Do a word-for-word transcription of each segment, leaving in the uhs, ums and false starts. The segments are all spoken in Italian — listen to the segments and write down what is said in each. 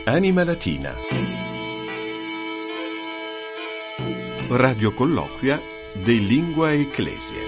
Anima Latina. Radio colloquia de Lingua Ecclesia.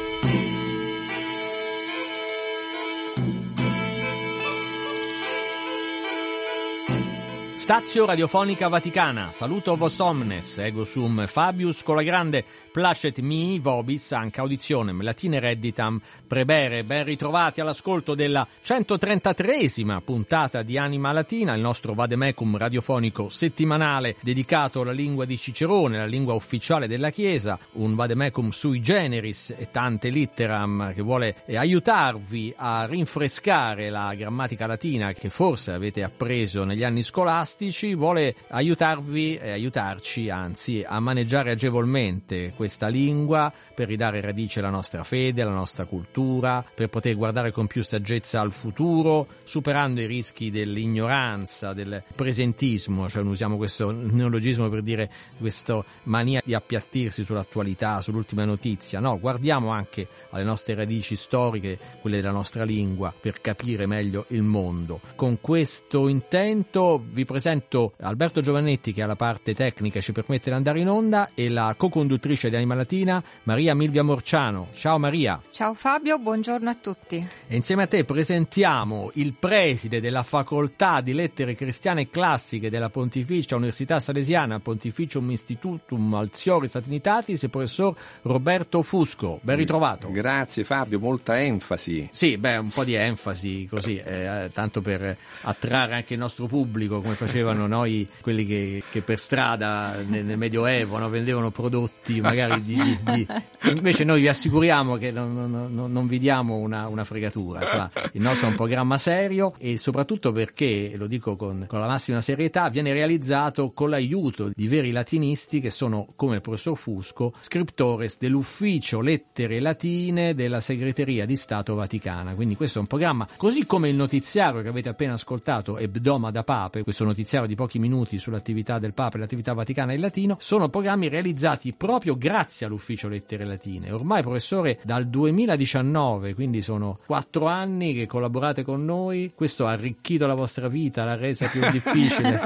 Stazio Radiofonica Vaticana, saluto vos omnes, ego sum Fabius con la grande placet mihi vobis anche audizionem latine redditam prebere. Ben ritrovati all'ascolto della centotrentatreesima puntata di Anima Latina, il nostro vademecum radiofonico settimanale dedicato alla lingua di Cicerone, la lingua ufficiale della Chiesa, un vademecum sui generis e tante litteram che vuole aiutarvi a rinfrescare la grammatica latina che forse avete appreso negli anni scolastici. Vuole aiutarvi e aiutarci anzi a maneggiare agevolmente questa lingua per ridare radice alla nostra fede, alla nostra cultura, per poter guardare con più saggezza al futuro, superando i rischi dell'ignoranza, del presentismo, cioè usiamo questo neologismo per dire questa mania di appiattirsi sull'attualità, sull'ultima notizia. No, guardiamo anche alle nostre radici storiche, quelle della nostra lingua, per capire meglio il mondo. Con questo intento vi presento Alberto Giovannetti, che alla parte tecnica ci permette di andare in onda, e la co-conduttrice di Anima Latina, Maria Milvia Morciano. Ciao Maria. Ciao Fabio, buongiorno a tutti. E insieme a te presentiamo il preside della Facoltà di Lettere Cristiane e Classiche della Pontificia Università Salesiana Pontificium Institutum Altioris Trinitatis, il professor Roberto Fusco. Ben ritrovato. Grazie Fabio, molta enfasi. Sì, beh, un po' di enfasi così, eh, tanto per attrarre anche il nostro pubblico, come facevano noi quelli che, che per strada nel, nel Medioevo, no, vendevano prodotti magari di, di, di... invece noi vi assicuriamo che non, non, non vi diamo una, una fregatura. Insomma, il nostro è un programma serio e soprattutto perché, lo dico con, con la massima serietà, viene realizzato con l'aiuto di veri latinisti che sono, come il professor Fusco, scriptores dell'ufficio lettere latine della segreteria di Stato Vaticana. Quindi questo è un programma, così come il notiziario che avete appena ascoltato, Hebdomada Pape, questo notiziario di pochi minuti sull'attività del Papa e l'attività vaticana in latino, sono programmi realizzati proprio grazie all'ufficio lettere latine. Ormai, professore, dal duemiladiciannove, quindi sono quattro anni che collaborate con noi. Questo ha arricchito la vostra vita, l'ha resa più difficile.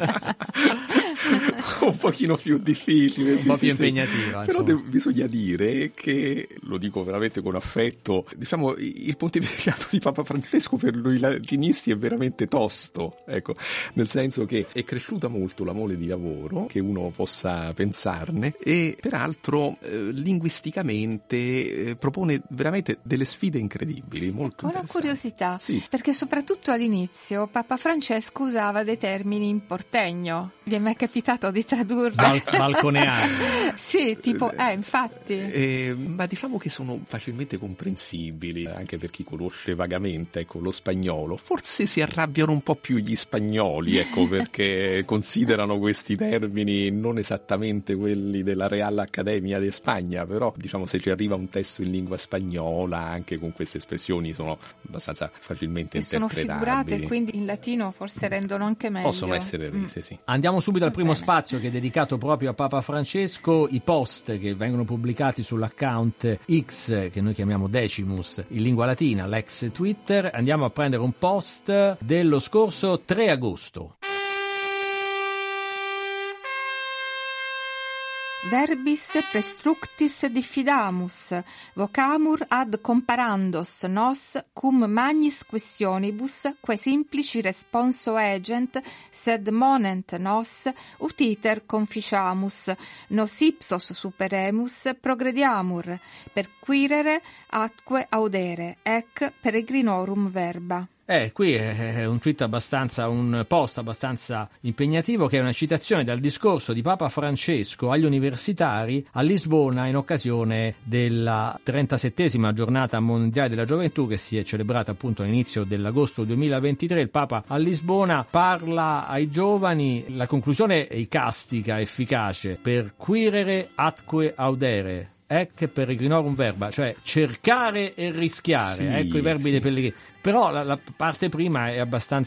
Un pochino più difficile, un sì, po' sì, più sì. impegnativa. Però de- bisogna dire che, lo dico veramente con affetto, diciamo, il pontificato di Papa Francesco per noi latinisti è veramente tosto, ecco, nel senso che è cresciuta molto la mole di lavoro che uno possa pensarne e peraltro eh, linguisticamente eh, propone veramente delle sfide incredibili, molto Con una curiosità, sì. Perché soprattutto all'inizio Papa Francesco usava dei termini in portegno. Vi è mai capitato di tradurre? Bal- balconeare. Sì, tipo, eh, infatti. Eh, ma diciamo che sono facilmente comprensibili, anche per chi conosce vagamente, ecco, lo spagnolo. Forse si arrabbiano un po' più gli spagnoli, ecco, perché considerano questi termini non esattamente quelli della Real Accademia de Spagna, però, diciamo, se ci arriva un testo in lingua spagnola, anche con queste espressioni sono abbastanza facilmente e interpretabili. Sono figurate, quindi in latino forse rendono anche meglio. Possono essere rese, mm. sì. Andiamo subito al primo spazio, che è dedicato proprio a Papa Francesco, i post che vengono pubblicati sull'account X, che noi chiamiamo Decimus in lingua latina, l'ex Twitter. Andiamo a prendere un post dello scorso tre agosto. Verbis prestructis diffidamus, vocamur ad comparandos nos cum magnis questionibus, que simplici responso egent, sed monent nos, utiter conficiamus, nos ipsos superemus progrediamur, perquirere atque audere, ec peregrinorum verba. Eh, qui è un tweet abbastanza, un post abbastanza impegnativo, che è una citazione dal discorso di Papa Francesco agli universitari a Lisbona in occasione della trentasettesima giornata mondiale della gioventù che si è celebrata appunto all'inizio dell'agosto duemilaventitré. Il Papa a Lisbona parla ai giovani, la conclusione è icastica, efficace: perquirere atque audere. Ec peregrinorum verba, cioè cercare e rischiare, sì, ecco i verbi sì. dei pellegrini. Però la, la parte prima è abbastanza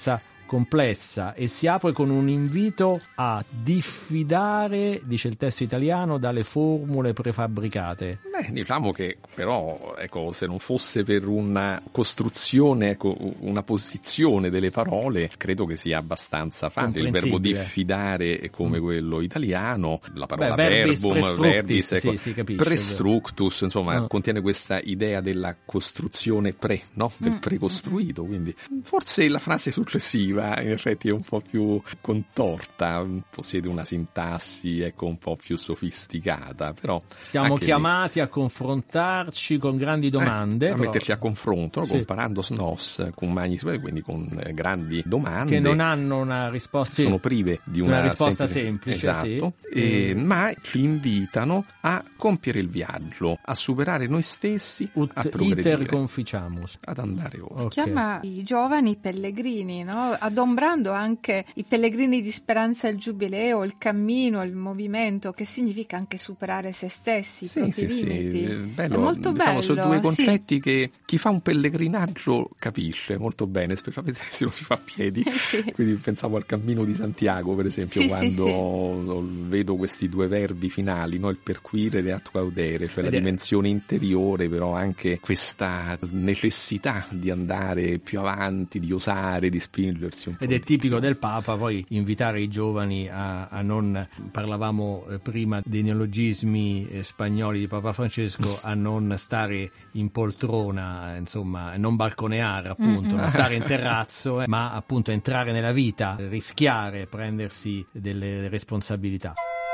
complessa e si apre con un invito a diffidare, dice il testo italiano, dalle formule prefabbricate. Beh, diciamo che però, ecco, se non fosse per una costruzione, ecco, una posizione delle parole, credo che sia abbastanza facile. Il verbo diffidare è come quello italiano, la parola Beh, verbis verbum, verbis, ecco, sì, si capisce, prestructus, insomma, no. contiene questa idea della costruzione pre, no? Del Mm. precostruito, quindi forse la frase successiva in effetti è un po' più contorta, possiede una sintassi, ecco, un po' più sofisticata, però siamo chiamati lì a confrontarci con grandi domande, eh, a però... metterci a confronto, no? Sì. Comparando nos con magni suoi, quindi con eh, grandi domande che non hanno una risposta, sì, sono prive di una, una risposta semplice, semplice, esatto, sì. e, mm. ma ci invitano a compiere il viaggio, a superare noi stessi, Ut a iter progredire, conficiamus, ad andare oltre. Okay. Chiama i giovani pellegrini, no? Adombrando anche i pellegrini di speranza al giubileo, il cammino, il movimento, che significa anche superare se stessi, i sì, propri sì, limiti. sì. Bello, è molto diciamo, bello. sono due concetti sì. che chi fa un pellegrinaggio capisce molto bene, specialmente se lo si fa a piedi. Sì. Quindi pensavo al cammino di Santiago, per esempio, Sì, quando sì, sì. vedo questi due verbi finali, no? Il perquirere e attuaudere, cioè Ed la è... dimensione interiore, però anche questa necessità di andare più avanti, di osare, di spingersi un po'. Ed è tipico del Papa poi invitare i giovani a, a non, parlavamo eh, prima dei neologismi eh, spagnoli di Papa Francesco, a non stare in poltrona, insomma, non balconeare appunto, Mm-hmm. non stare in terrazzo, eh, ma appunto entrare nella vita, rischiare, prendersi delle responsabilità.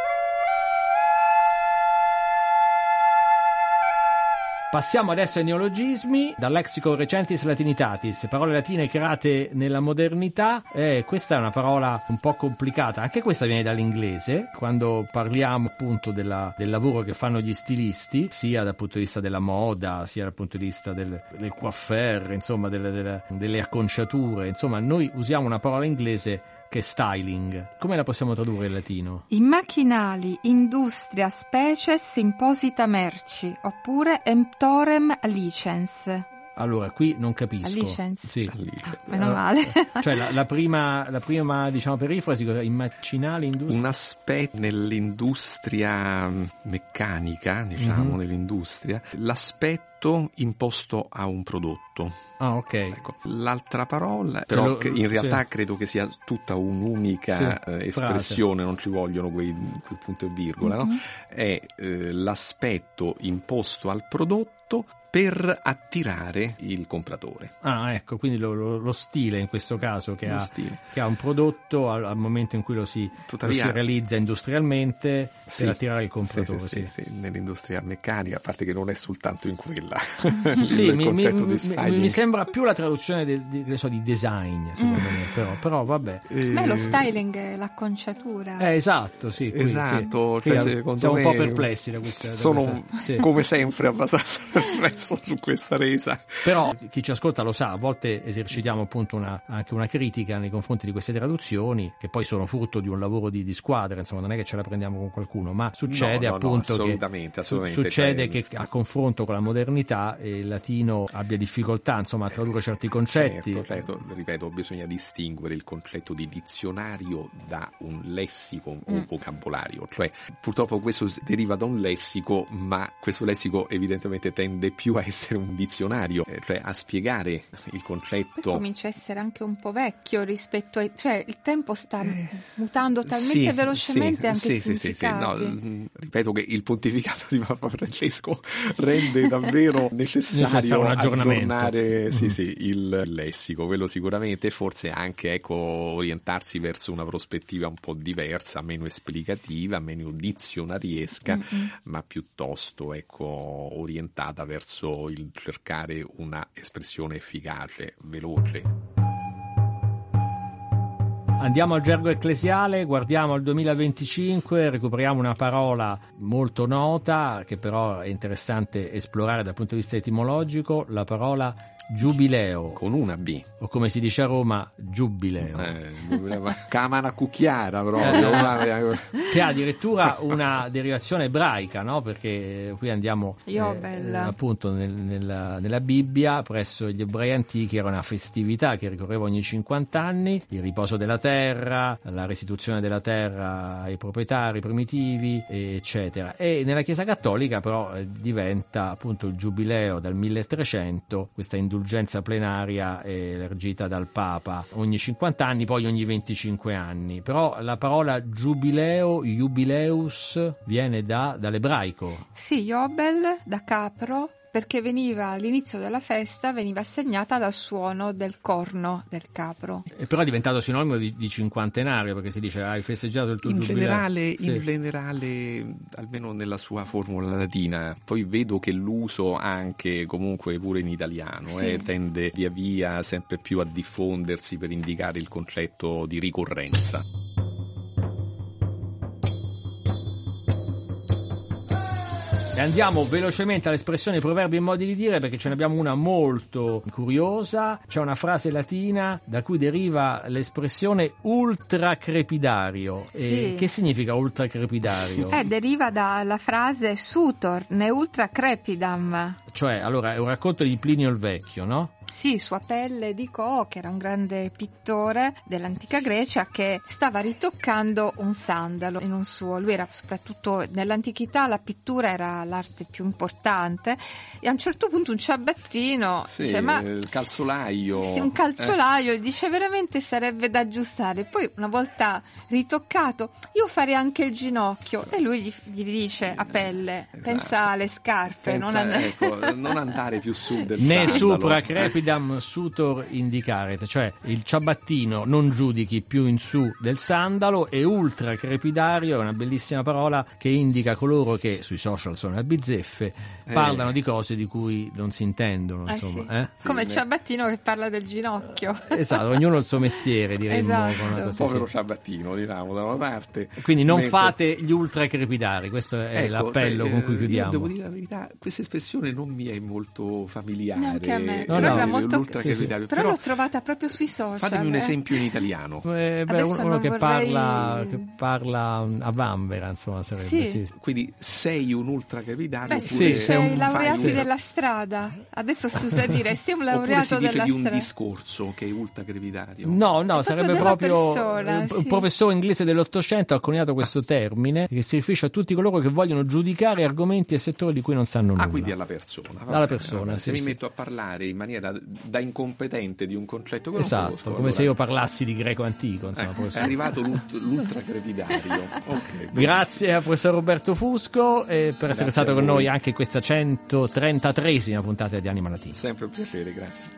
Passiamo adesso ai neologismi, dal Lexicon Recentis Latinitatis, parole latine create nella modernità. Eh, questa è una parola un po' complicata, anche questa viene dall'inglese, quando parliamo appunto della, del lavoro che fanno gli stilisti, sia dal punto di vista della moda, sia dal punto di vista del, del coiffeur, insomma delle, delle, delle acconciature, insomma noi usiamo una parola inglese che è styling. Come la possiamo tradurre in latino? I macchinali, industria, species, imposita merci, oppure emptorem licens. Allora, qui non capisco. Licens. Sì. Meno male. Cioè la, la prima, la prima diciamo perifrasi, i macchinali, industria. Un aspetto nell'industria meccanica, diciamo, Mm-hmm. nell'industria, l'aspetto imposto a un prodotto. Ah, ok. Ecco. L'altra parola, però lo, che in realtà sì. credo che sia tutta un'unica sì, eh, espressione, non ci vogliono quei, quel punto e virgola, mm-hmm. no? È eh, l'aspetto imposto al prodotto per attirare il compratore. Ah, ecco, quindi lo, lo, lo stile in questo caso che, ha, che ha un prodotto al, al momento in cui lo si, Tuttavia, lo si realizza industrialmente sì, per attirare il compratore. Sì, sì, sì. sì, sì, nell'industria meccanica, a parte che non è soltanto in quella. Sì, il mi, concetto mi, di styling. mi, mi sembra più la traduzione di, di, di, so, di design, secondo mm. me, però, però vabbè. Eh, Beh, lo styling è l'acconciatura. Eh, esatto, sì. Qui, esatto, sì. Cioè, qui secondo siamo me un po' perplessi da questa. Sono, da questa, sì. come sempre, abbastanza perplesso su questa resa. Però chi ci ascolta lo sa, a volte esercitiamo appunto una, anche una critica nei confronti di queste traduzioni, che poi sono frutto di un lavoro di, di squadra, insomma non è che ce la prendiamo con qualcuno, ma succede no, no, appunto no, assolutamente, che assolutamente, succede cioè... che a confronto con la modernità eh, il latino abbia difficoltà insomma a tradurre certi concetti. Certo, certo, ripeto, bisogna distinguere il concetto di dizionario da un lessico o mm. vocabolario, cioè purtroppo questo deriva da un lessico, ma questo lessico evidentemente tende più a essere un dizionario, cioè a spiegare il concetto. Poi comincia a essere anche un po' vecchio rispetto ai, cioè il tempo sta eh, mutando talmente sì, velocemente sì, anche sì, i sì, significati. Sì, sì, no, ripeto che il pontificato di Papa Francesco rende davvero necessario un aggiornamento. aggiornare sì, mm. sì, il lessico, quello sicuramente, e forse anche ecco orientarsi verso una prospettiva un po' diversa, meno esplicativa, meno dizionariesca, mm-hmm. ma piuttosto ecco orientata verso il cercare una espressione efficace, veloce. Andiamo al gergo ecclesiale, guardiamo al duemilaventicinque, recuperiamo una parola molto nota che però è interessante esplorare dal punto di vista etimologico, la parola Giubileo. Con una B. O come si dice a Roma, Giubileo. Eh, Camana cucchiara proprio. Che ha addirittura una derivazione ebraica, no? Perché qui andiamo Yobel. eh, appunto nel, nella, nella Bibbia, presso gli ebrei antichi era una festività che ricorreva ogni cinquanta anni, il riposo della terra, la restituzione della terra ai proprietari primitivi, eccetera. E nella Chiesa Cattolica però eh, diventa appunto il Giubileo dal milletrecento, questa indulgenza plenaria elargita dal Papa ogni cinquanta anni, poi ogni venticinque anni. Però la parola giubileo, jubileus, viene da, dall'ebraico. Sì, Yobel, da capro, perché veniva all'inizio della festa veniva assegnata dal suono del corno del capro. E però è diventato sinonimo di, di cinquantenario, perché si dice hai festeggiato il tuo in giubileo. Generale, sì. In generale, almeno nella sua formula latina, poi vedo che l'uso anche comunque pure in italiano sì. eh, tende via via sempre più a diffondersi per indicare il concetto di ricorrenza. E andiamo velocemente all'espressione proverbi e modi di dire, perché ce ne abbiamo una molto curiosa. C'è una frase latina da cui deriva l'espressione ultracrepidario. Sì. E che significa ultracrepidario? Eh, deriva dalla frase sutor ne ultra crepidam. Cioè, allora, è un racconto di Plinio il Vecchio, no? Sì, sua pelle di Co, che era un grande pittore dell'antica Grecia, che stava ritoccando un sandalo in un suo. Lui era soprattutto nell'antichità, la pittura era l'arte più importante, e a un certo punto un ciabattino sì, dice, ma il calzolaio. Sì, un calzolaio, eh. dice veramente sarebbe da aggiustare. Poi una volta ritoccato, io farei anche il ginocchio, e lui gli, gli dice a pelle, esatto. pensa alle scarpe, pensa, non, and- ecco, non andare più su del né sandalo. supra crepidam sutor indicaret, cioè il ciabattino non giudichi più in su del sandalo, e ultra crepidario è una bellissima parola che indica coloro che sui social sono a bizzeffe, eh. parlano di cose di cui non si intendono, eh insomma. sì. Eh? Sì, come il ciabattino che parla del ginocchio. Esatto, ognuno il suo mestiere, diremmo. Esatto. Con una cosa povero sì. ciabattino, diciamo, da una parte. Quindi non mentre... fate gli ultra crepidari, questo è ecco, l'appello eh, con cui chiudiamo. Io devo dire la verità, questa espressione non mi è molto familiare. Neanche a me, no, però no, era molto sì, sì. però, però l'ho trovata proprio sui social. Fatemi un eh. esempio in italiano. Eh, beh, uno, uno che, vorrei... parla, che parla a vanvera, insomma, sarebbe. Sì. Sì. Quindi sei un ultracrepidario? Beh, sì, sei un laureati un... della strada. Adesso si usa dire sei un laureato oppure si della dice di un strada. discorso che è ultracrepidario? No, no, È sarebbe proprio proprio persona, un sì. professore inglese dell'Ottocento ha coniato questo termine che si riferisce a tutti coloro che vogliono giudicare argomenti e settori di cui non sanno nulla. Ah, quindi alla persona. Alla bene, persona, sì, sì, se sì. mi metto a parlare in maniera da incompetente di un concetto che esatto, non conosco, come allora... se io parlassi di greco antico, insomma. Eh, è arrivato l'ult- l'ultracrepidario. Okay, grazie al professor Roberto Fusco e per essere Grazie stato a con voi. noi anche in questa centotrentatreesima puntata di Anima Latina. Sempre un piacere, grazie.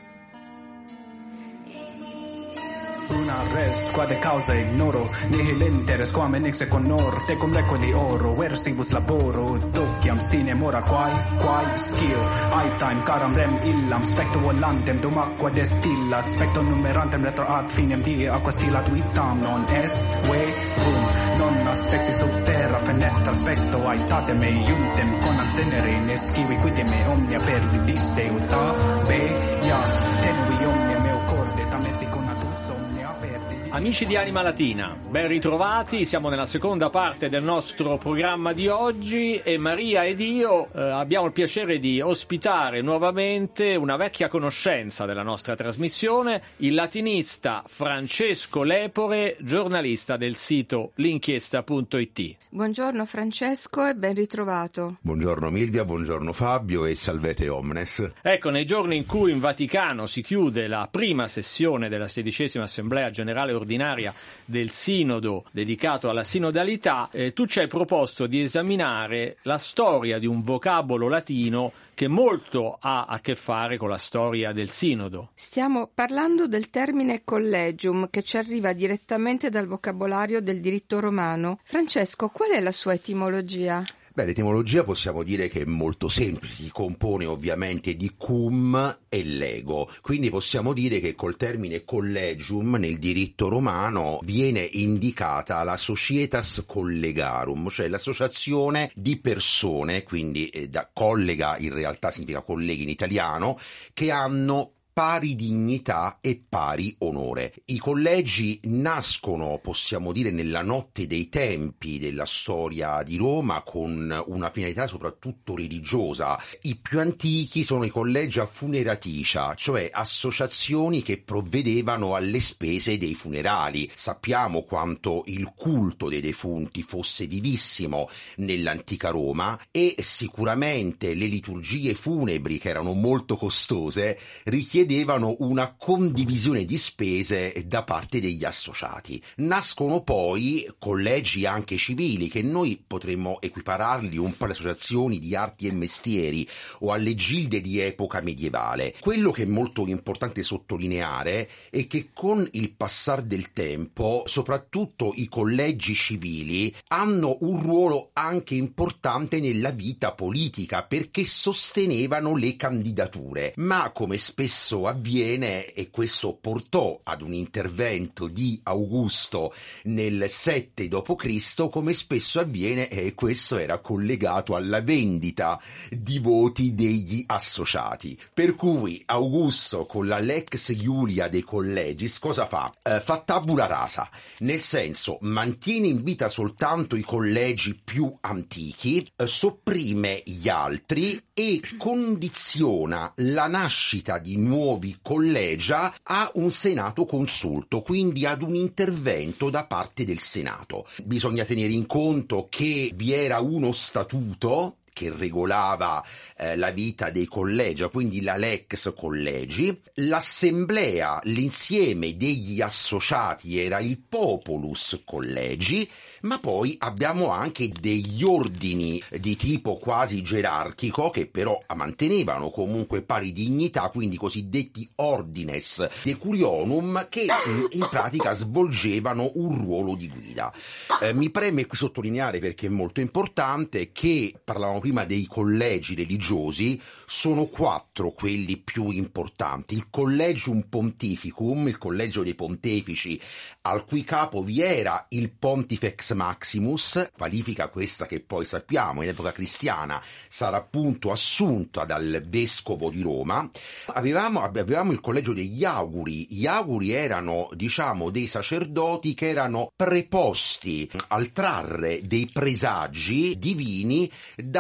Una res, quade causa ignoro, nihil interes quam enexe conor, tecum recoli oro, versibus laboro, dociam sine mora quae, quae skill, aetime caram rem illam, specto volantem dum aqua destillat, specto numerantem retro ad finem die aqua stillat vitam non est, ve, rum, non aspexi sub terra fenestra specto aetatem eiuntem, conam senere nescivi quidem omnia perdidisse uta, beias, tenui omnia meo corde, tamezzi conatus omnia perdidisse. Amici di Anima Latina, ben ritrovati, siamo nella seconda parte del nostro programma di oggi e Maria ed io eh, abbiamo il piacere di ospitare nuovamente una vecchia conoscenza della nostra trasmissione, il latinista Francesco Lepore, giornalista del sito l'inchiesta punto it. Buongiorno Francesco e ben ritrovato. Buongiorno Milvia, buongiorno Fabio e salvete omnes. Ecco, nei giorni in cui in Vaticano si chiude la prima sessione della sedicesima Assemblea Generale Ordinaria del Sinodo dedicato alla sinodalità, eh, tu ci hai proposto di esaminare la storia di un vocabolo latino che molto ha a che fare con la storia del Sinodo. Stiamo parlando del termine collegium, che ci arriva direttamente dal vocabolario del diritto romano. Francesco, qual è la sua etimologia? Beh, l'etimologia possiamo dire che è molto semplice, si compone ovviamente di cum e lego, quindi possiamo dire che col termine collegium nel diritto romano viene indicata la societas collegarum, cioè l'associazione di persone, quindi eh, da collega in realtà significa colleghi in italiano, che hanno pari dignità e pari onore. I collegi nascono, possiamo dire, nella notte dei tempi della storia di Roma con una finalità soprattutto religiosa. I più antichi sono i collegi a funeratica, cioè associazioni che provvedevano alle spese dei funerali. Sappiamo quanto il culto dei defunti fosse vivissimo nell'antica Roma e sicuramente le liturgie funebri, che erano molto costose, richiedevano chiedevano una condivisione di spese da parte degli associati. Nascono poi collegi anche civili, che noi potremmo equipararli un po' alle associazioni di arti e mestieri o alle gilde di epoca medievale. Quello che è molto importante sottolineare è che con il passare del tempo, soprattutto i collegi civili hanno un ruolo anche importante nella vita politica, perché sostenevano le candidature, ma come spesso avviene, e questo portò ad un intervento di Augusto nel sette dopo Cristo, come spesso avviene, e questo era collegato alla vendita di voti degli associati. Per cui Augusto, con la Lex Iulia dei collegi, cosa fa? Eh, fa tabula rasa, nel senso mantiene in vita soltanto i collegi più antichi, eh, sopprime gli altri e condiziona la nascita di nuovi collegia a un senato consulto, quindi ad un intervento da parte del Senato. Bisogna tenere in conto che vi era uno statuto che regolava eh, la vita dei collegia, quindi la lex collegi. L'assemblea, l'insieme degli associati, era il populus collegi, ma poi abbiamo anche degli ordini di tipo quasi gerarchico che però mantenevano comunque pari dignità, quindi cosiddetti ordines decurionum, che in, in pratica svolgevano un ruolo di guida. Eh, mi preme qui sottolineare, perché è molto importante, che parlavamo prima dei collegi religiosi, sono quattro quelli più importanti. Il Collegium Pontificum, il collegio dei pontefici, al cui capo vi era il Pontifex Maximus, qualifica questa che poi sappiamo in epoca cristiana sarà appunto assunta dal vescovo di Roma. Avevamo, avevamo il collegio degli auguri. Gli auguri erano, diciamo, dei sacerdoti che erano preposti al trarre dei presagi divini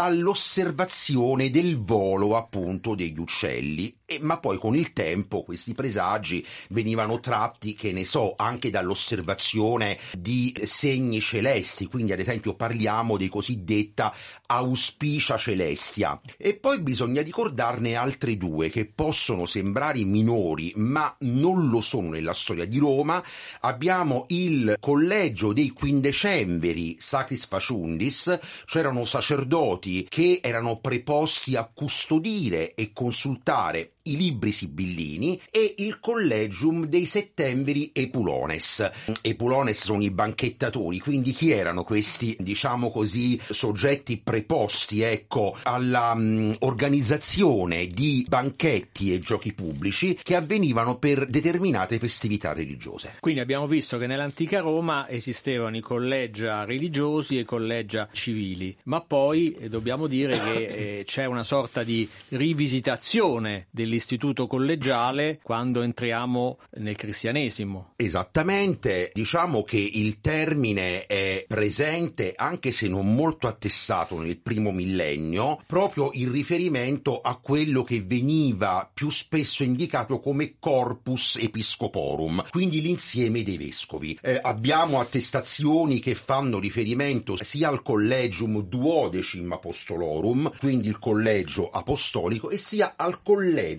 dall'osservazione del volo appunto degli uccelli. E, ma poi con il tempo questi presagi venivano tratti, che ne so, anche dall'osservazione di segni celesti, quindi ad esempio parliamo dei cosiddetta auspicia celestia. E poi bisogna ricordarne altre due che possono sembrare minori, ma non lo sono nella storia di Roma. Abbiamo il collegio dei quindecemberi Sacris Faciundis, cioè erano sacerdoti che erano preposti a custodire e consultare i libri sibillini, e il collegium dei settemberi Epulones. Epulones sono i banchettatori, quindi chi erano questi, diciamo così, soggetti preposti, ecco, alla um, organizzazione di banchetti e giochi pubblici che avvenivano per determinate festività religiose. Quindi abbiamo visto che nell'antica Roma esistevano i collegia religiosi e i collegia civili, ma poi eh, dobbiamo dire che eh, c'è una sorta di rivisitazione dell'istituto collegiale quando entriamo nel cristianesimo. Esattamente, diciamo che il termine è presente, anche se non molto attestato, nel primo millennio, proprio in riferimento a quello che veniva più spesso indicato come corpus episcoporum, quindi l'insieme dei vescovi. Eh, abbiamo attestazioni che fanno riferimento sia al collegium duodecim apostolorum, quindi il collegio apostolico, e sia al collegio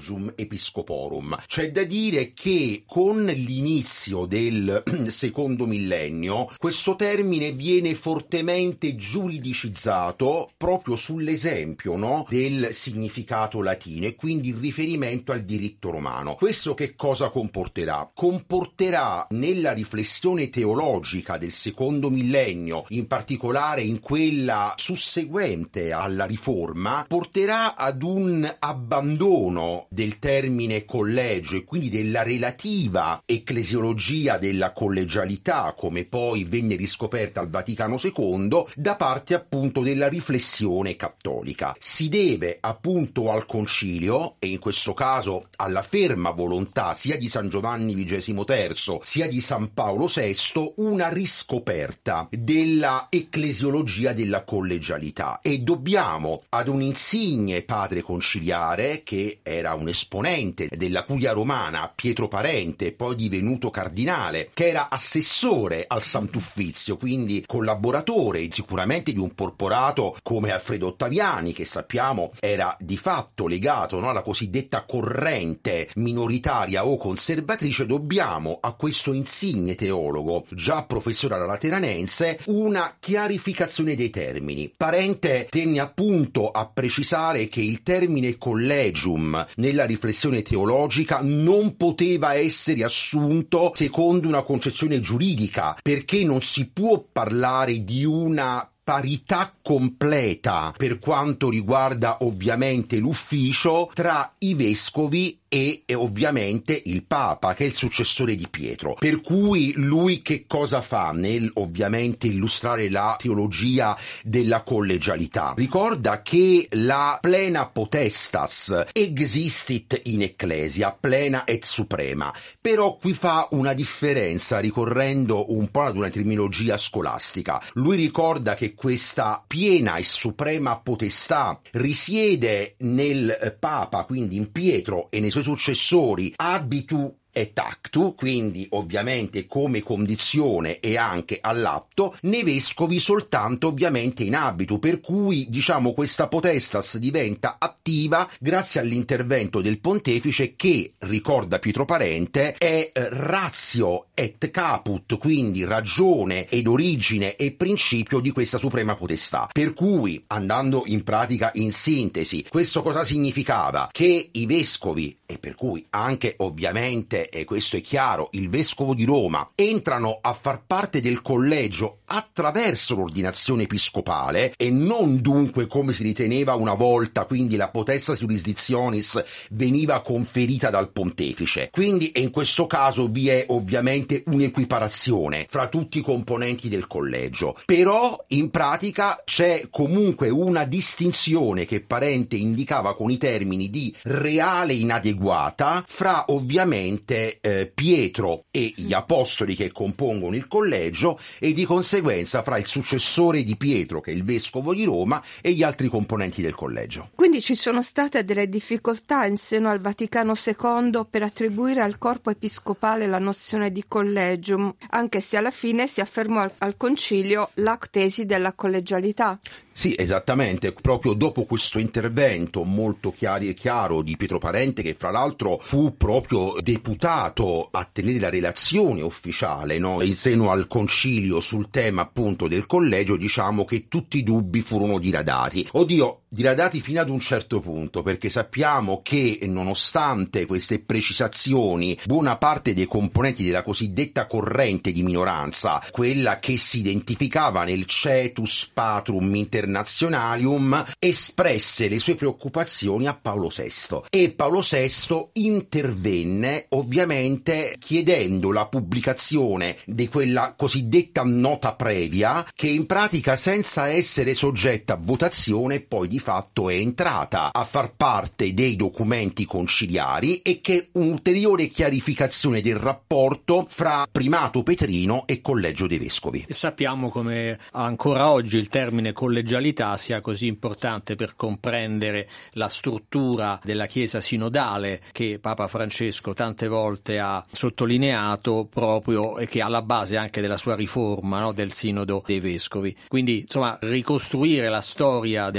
Collegium Episcoporum. C'è da dire che con l'inizio del secondo millennio questo termine viene fortemente giuridicizzato proprio sull'esempio, no, del significato latino e quindi il riferimento al diritto romano. Questo che cosa comporterà? Comporterà nella riflessione teologica del secondo millennio, in particolare in quella susseguente alla riforma, porterà ad un abbandono del termine collegio e quindi della relativa ecclesiologia della collegialità, come poi venne riscoperta al Vaticano secondo, da parte appunto della riflessione cattolica. Si deve appunto al concilio, e in questo caso alla ferma volontà sia di San Giovanni vigesimo terzo sia di San Paolo sesto, una riscoperta della ecclesiologia della collegialità, e dobbiamo ad un insigne padre conciliare che era un esponente della curia romana, Pietro Parente, poi divenuto cardinale, che era assessore al Sant'Uffizio, quindi collaboratore sicuramente di un porporato come Alfredo Ottaviani, che sappiamo era di fatto legato, no, alla cosiddetta corrente minoritaria o conservatrice. Dobbiamo a questo insigne teologo, già professore alla Lateranense, una chiarificazione dei termini. Parente tenne appunto a precisare che il termine collegium nella riflessione teologica non poteva essere assunto secondo una concezione giuridica, perché non si può parlare di una parità completa per quanto riguarda ovviamente l'ufficio tra i vescovi e, e ovviamente il Papa, che è il successore di Pietro. Per cui lui che cosa fa nel ovviamente illustrare la teologia della collegialità? Ricorda che la plena potestas existit in ecclesia, plena et suprema, però qui fa una differenza ricorrendo un po' ad una terminologia scolastica. Lui ricorda che questa piena e suprema potestà risiede nel Papa, quindi in Pietro e nei suoi successori habitu et actu, quindi ovviamente come condizione e anche all'atto, nei vescovi soltanto ovviamente in habitu, per cui diciamo questa potestas diventa attiva grazie all'intervento del pontefice che, ricorda Pietro Parente, è ratio et caput, quindi ragione ed origine e principio di questa suprema potestà. Per cui, andando in pratica in sintesi, questo cosa significava? Che i vescovi, e per cui anche ovviamente, e questo è chiaro, il vescovo di Roma, entrano a far parte del collegio attraverso l'ordinazione episcopale e non dunque come si riteneva una volta, quindi la potestas jurisdictionis veniva conferita dal pontefice. Quindi e in questo caso vi è ovviamente un'equiparazione fra tutti i componenti del collegio, però in pratica c'è comunque una distinzione che Parente indicava con i termini di reale inadeguata fra ovviamente eh, Pietro e gli apostoli che compongono il collegio e di conseguenza fra il successore di Pietro, che è il vescovo di Roma, e gli altri componenti del collegio. Quindi ci sono state delle difficoltà in seno al Vaticano secondo per attribuire al corpo episcopale la nozione di collegium, anche se alla fine si affermò al, al concilio l'actesi della collegialità. Sì, esattamente, proprio dopo questo intervento molto chiaro e chiaro di Pietro Parente, che fra l'altro fu proprio deputato a tenere la relazione ufficiale, no, in seno al concilio sul tema appunto del collegio, diciamo che tutti i dubbi furono diradati. Oddio, diradati fino ad un certo punto, perché sappiamo che nonostante queste precisazioni, buona parte dei componenti della cosiddetta corrente di minoranza, quella che si identificava nel Cetus Patrum Internationalium, espresse le sue preoccupazioni a Paolo sesto, e Paolo sesto intervenne ovviamente chiedendo la pubblicazione di quella cosiddetta nota previa, che in pratica senza essere soggetta a votazione poi di fatto è entrata a far parte dei documenti conciliari e che è un'ulteriore chiarificazione del rapporto fra primato petrino e collegio dei vescovi. E sappiamo come ancora oggi il termine collegialità sia così importante per comprendere la struttura della Chiesa sinodale che Papa Francesco tante volte ha sottolineato proprio e che è alla base anche della sua riforma, no, del Sinodo dei Vescovi. Quindi insomma ricostruire la storia del termine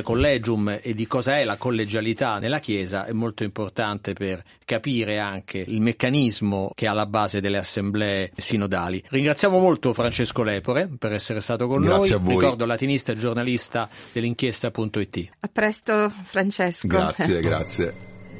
il collegium e di cosa è la collegialità nella Chiesa è molto importante per capire anche il meccanismo che è alla base delle assemblee sinodali. Ringraziamo molto Francesco Lepore per essere stato con Grazie noi. a voi. Ricordo latinista e giornalista dell'inchiesta punto it. A presto, Francesco. Grazie, grazie.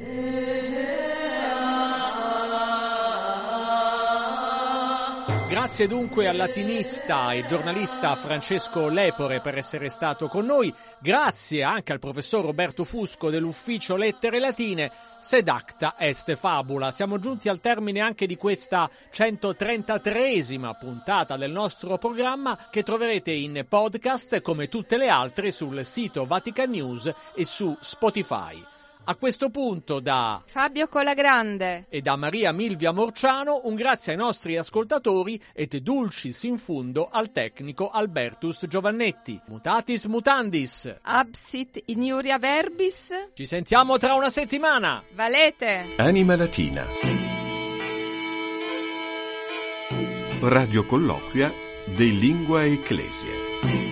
Grazie dunque al latinista e giornalista Francesco Lepore per essere stato con noi. Grazie anche al professor Roberto Fusco dell'Ufficio Lettere Latine. Sed acta est fabula. Siamo giunti al termine anche di questa centotrentatreesima puntata del nostro programma, che troverete in podcast come tutte le altre sul sito Vatican News e su Spotify. A questo punto da Fabio Colagrande e da Maria Milvia Morciano un grazie ai nostri ascoltatori et dulcis in fundo al tecnico Albertus Giovannetti. Mutatis mutandis. Absit in iuria verbis. Ci sentiamo tra una settimana. Valete. Anima Latina. Radio Colloquia de Lingua Ecclesia.